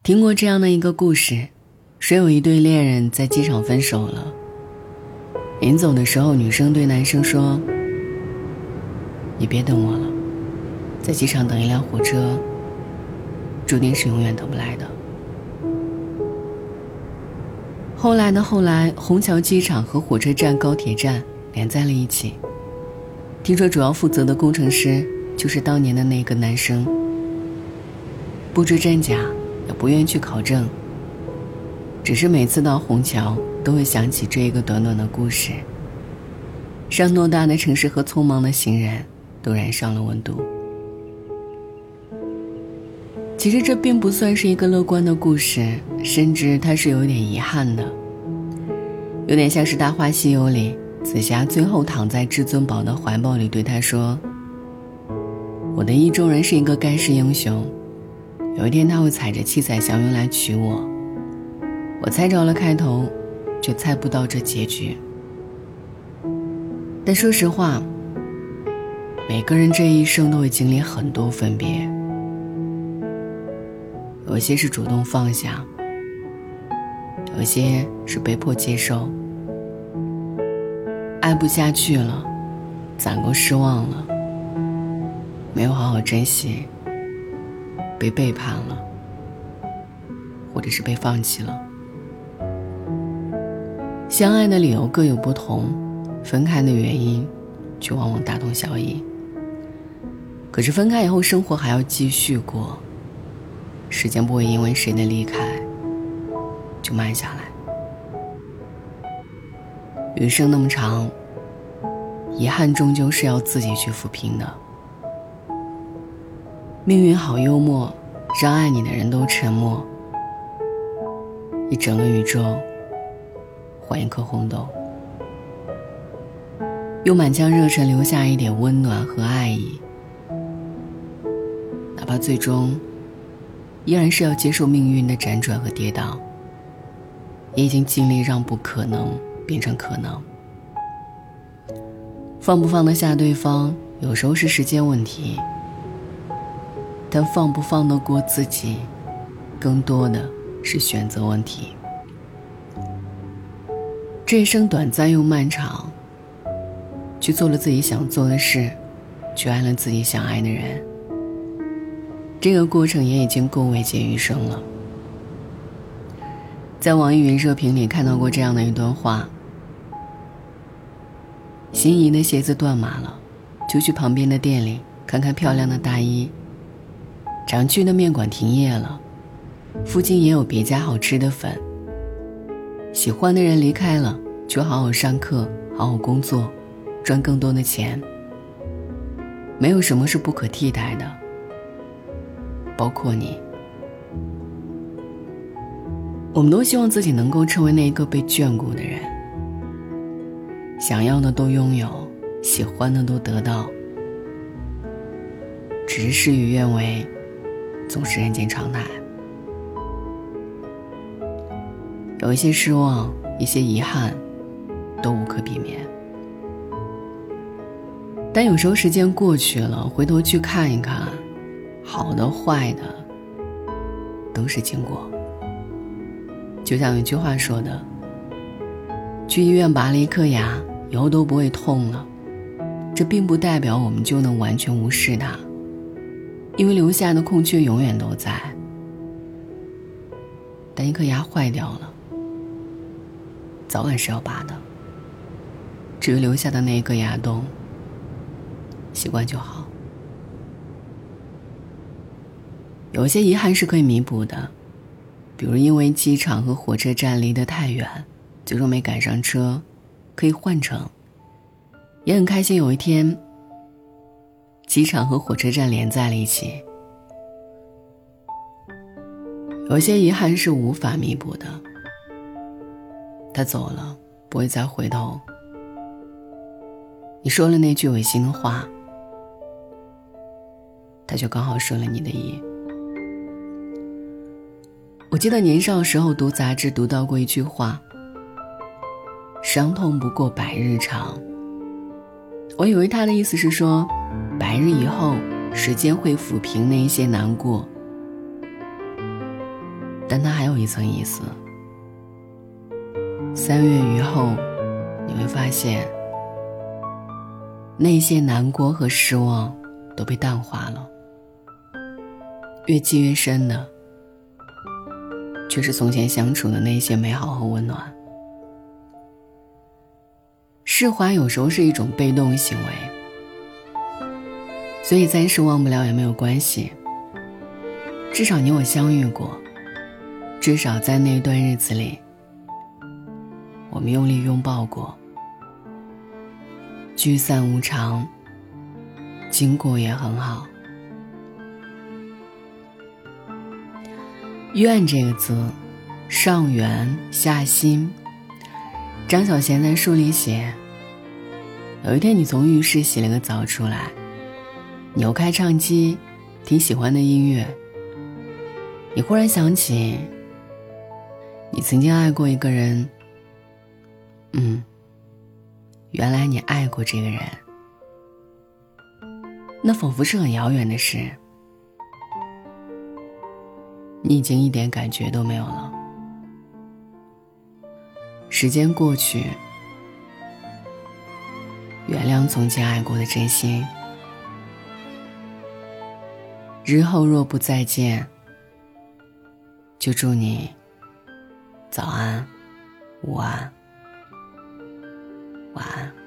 听过这样的一个故事，说有一对恋人在机场分手了。临走的时候，女生对男生说：“你别等我了，在机场等一辆火车，注定是永远等不来的。”后来，虹桥机场和火车站、高铁站连在了一起。听说主要负责的工程师就是当年的那个男生，不知真假，也不愿去考证，只是每次到虹桥都会想起这一个短短的故事，让偌大的城市和匆忙的行人都染上了温度。其实这并不算是一个乐观的故事，甚至它是有点遗憾的，有点像是《大话西游》里紫霞最后躺在至尊宝的怀抱里对他说：“我的意中人是一个盖世英雄，有一天他会踩着七彩祥云来娶我。我猜着了开头，却猜不到这结局。”但说实话，每个人这一生都会经历很多分别，有些是主动放下，有些是被迫接受。爱不下去了，攒够失望了，没有好好珍惜，被背叛了，或者是被放弃了。相爱的理由各有不同，分开的原因却往往大同小异。可是分开以后，生活还要继续过，时间不会因为谁的离开就慢下来。余生那么长，遗憾终究是要自己去抚平的。命运好幽默，让爱你的人都沉默。一整个宇宙换一颗红豆，用满腔热忱留下一点温暖和爱意，哪怕最终依然是要接受命运的辗转和跌宕，也已经尽力让不可能变成可能。放不放得下对方，有时候是时间问题，但放不放得过自己，更多的是选择问题。这一生短暂又漫长，去做了自己想做的事，去爱了自己想爱的人，这个过程也已经够慰藉余生了。在网易云热评里看到过这样的一段话：心仪的鞋子断码了，就去旁边的店里看看漂亮的大衣。常去的面馆停业了，附近也有别家好吃的粉。喜欢的人离开了，就好好上课，好好工作，赚更多的钱。没有什么是不可替代的，包括你。我们都希望自己能够成为那个被眷顾的人，想要的都拥有，喜欢的都得到。只是事与愿违，总是人间常态。有一些失望，一些遗憾，都无可避免。但有时候时间过去了，回头去看一看，好的坏的都是经过。就像有一句话说的，去医院拔了一颗牙，以后都不会痛了。这并不代表我们就能完全无视它，因为留下的空缺永远都在。但一颗牙坏掉了，早晚是要拔的。至于留下的那一个牙洞，习惯就好。有些遗憾是可以弥补的，比如因为机场和火车站离得太远，最终没赶上车，可以换乘。也很开心有一天机场和火车站连在了一起。有些遗憾是无法弥补的，他走了，不会再回头。你说了那句违心的话，他就刚好顺了你的意。我记得年少时候读杂志读到过一句话：伤痛不过百日长。我以为他的意思是说，百日以后，时间会抚平那一些难过。 但它还有一层意思。3月余后，你会发现，那些难过和失望都被淡化了，越积越深的，却是从前相处的那些美好和温暖。释怀有时候是一种被动行为，所以暂时忘不了也没有关系，至少你我相遇过，至少在那段日子里，我们用力拥抱过。聚散无常，经过也很好。愿这个字，上元下辛。张小娴在书里写，有一天你从浴室洗了个澡出来，扭开唱机，听喜欢的音乐，你忽然想起你曾经爱过一个人，原来你爱过这个人，那仿佛是很遥远的事，你已经一点感觉都没有了。时间过去，原谅从前爱过的真心，日后若不再见，就祝你早安、午安、晚安。